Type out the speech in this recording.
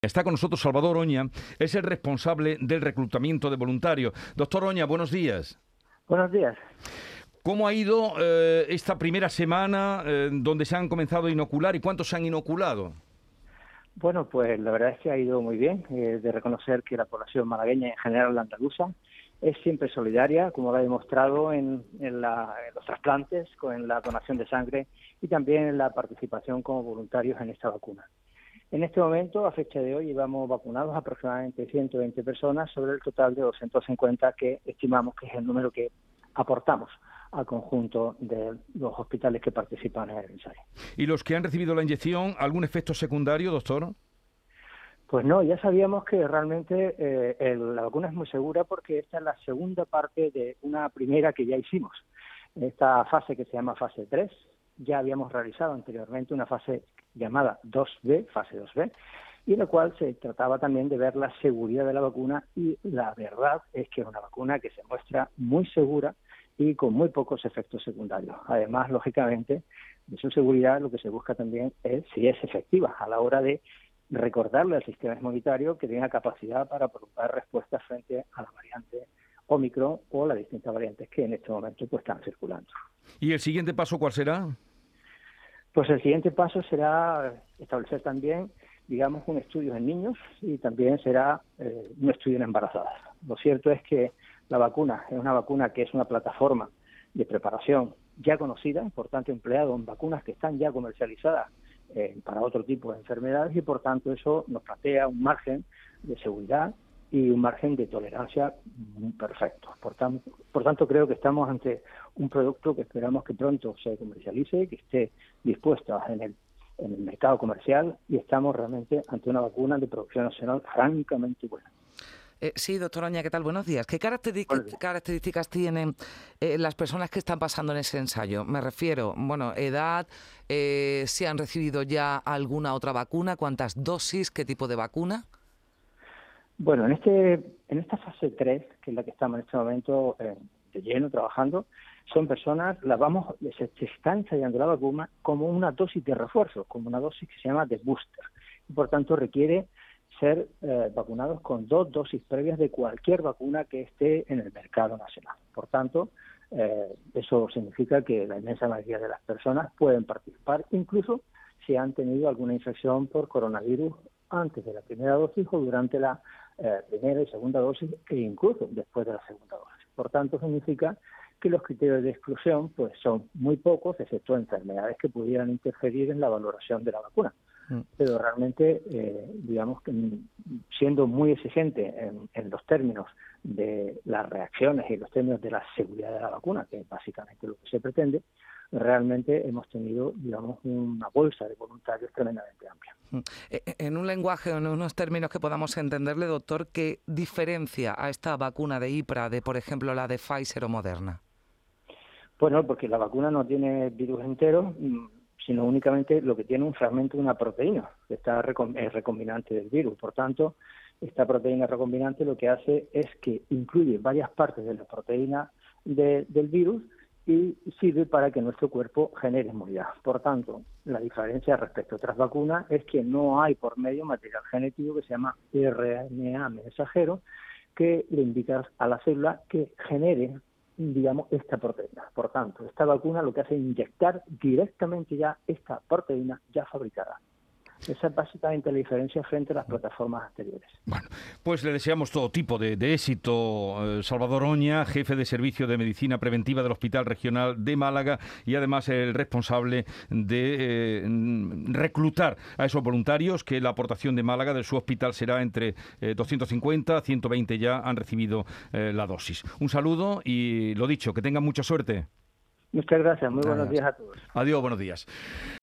Está con nosotros Salvador Oña, es el responsable del reclutamiento de voluntarios. Doctor Oña, buenos días. Buenos días. ¿Cómo ha ido esta primera semana donde se han comenzado a inocular y cuántos se han inoculado? Bueno, pues la verdad es que ha ido muy bien. De reconocer que la población malagueña, en general la andaluza, es siempre solidaria, como lo ha demostrado en los trasplantes, en la donación de sangre y también en la participación como voluntarios en esta vacuna. En este momento, a fecha de hoy, llevamos vacunados aproximadamente 120 personas sobre el total de 250 que estimamos que es el número que aportamos al conjunto de los hospitales que participan en el ensayo. ¿Y los que han recibido la inyección, algún efecto secundario, doctor? Pues no, ya sabíamos que realmente la vacuna es muy segura porque esta es la segunda parte de una primera que ya hicimos. Esta fase que se llama fase 3, ya habíamos realizado anteriormente una fase llamada 2B, fase 2B, y en la cual se trataba también de ver la seguridad de la vacuna, y la verdad es que es una vacuna que se muestra muy segura y con muy pocos efectos secundarios. Además, lógicamente, de su seguridad lo que se busca también es si es efectiva a la hora de recordarle al sistema inmunitario que tenga capacidad para provocar respuestas frente a la variante Omicron o las distintas variantes que en este momento pues están circulando. ¿Y el siguiente paso cuál será? Pues el siguiente paso será establecer también, digamos, un estudio en niños y también será un estudio en embarazadas. Lo cierto es que la vacuna es una vacuna que es una plataforma de preparación ya conocida, por tanto empleado en vacunas que están ya comercializadas para otro tipo de enfermedades, y por tanto eso nos plantea un margen de seguridad y un margen de tolerancia perfecto. Por tanto, creo que estamos ante un producto que esperamos que pronto se comercialice, que esté dispuesto en el mercado comercial, y estamos realmente ante una vacuna de producción nacional francamente buena. Sí, doctor Oña, ¿qué tal? Buenos días. ¿Qué Buenos días. características tienen las personas que están pasando en ese ensayo? Me refiero, edad, si han recibido ya alguna otra vacuna, cuántas dosis, qué tipo de vacuna. Bueno, en esta fase 3, que es la que estamos en este momento de lleno trabajando, son personas, se está ensayando la vacuna como una dosis de refuerzo, como una dosis que se llama de booster, y por tanto requiere ser vacunados con 2 dosis previas de cualquier vacuna que esté en el mercado nacional. Por tanto, eso significa que la inmensa mayoría de las personas pueden participar, incluso si han tenido alguna infección por coronavirus antes de la primera dosis o durante la primera y segunda dosis, e incluso después de la segunda dosis. Por tanto, significa que los criterios de exclusión pues son muy pocos, excepto enfermedades que pudieran interferir en la valoración de la vacuna. Pero realmente, digamos que siendo muy exigente en los términos de las reacciones y los términos de la seguridad de la vacuna, que es básicamente lo que se pretende, realmente hemos tenido, digamos, una bolsa de voluntarios tremendamente amplia. En un lenguaje o en unos términos que podamos entenderle, doctor, ¿qué diferencia a esta vacuna de IPRA de, por ejemplo, la de Pfizer o Moderna? Bueno, porque la vacuna no tiene virus entero, sino únicamente lo que tiene un fragmento de una proteína, que es recombinante del virus. Por tanto, esta proteína recombinante lo que hace es que incluye varias partes de la proteína del virus y sirve para que nuestro cuerpo genere inmunidad. Por tanto, la diferencia respecto a otras vacunas es que no hay por medio material genético que se llama RNA mensajero, que le indica a la célula que genere, digamos, esta proteína. Por tanto, esta vacuna lo que hace es inyectar directamente ya esta proteína ya fabricada. Esa es básicamente la diferencia frente a las plataformas anteriores. Bueno, pues le deseamos todo tipo de éxito. Salvador Oña, jefe de Servicio de Medicina Preventiva del Hospital Regional de Málaga y además el responsable de reclutar a esos voluntarios, que la aportación de Málaga de su hospital será entre 250, 120 ya han recibido la dosis. Un saludo y lo dicho, que tengan mucha suerte. Muchas gracias, muy buenos Adiós. días a todos. Adiós, buenos días.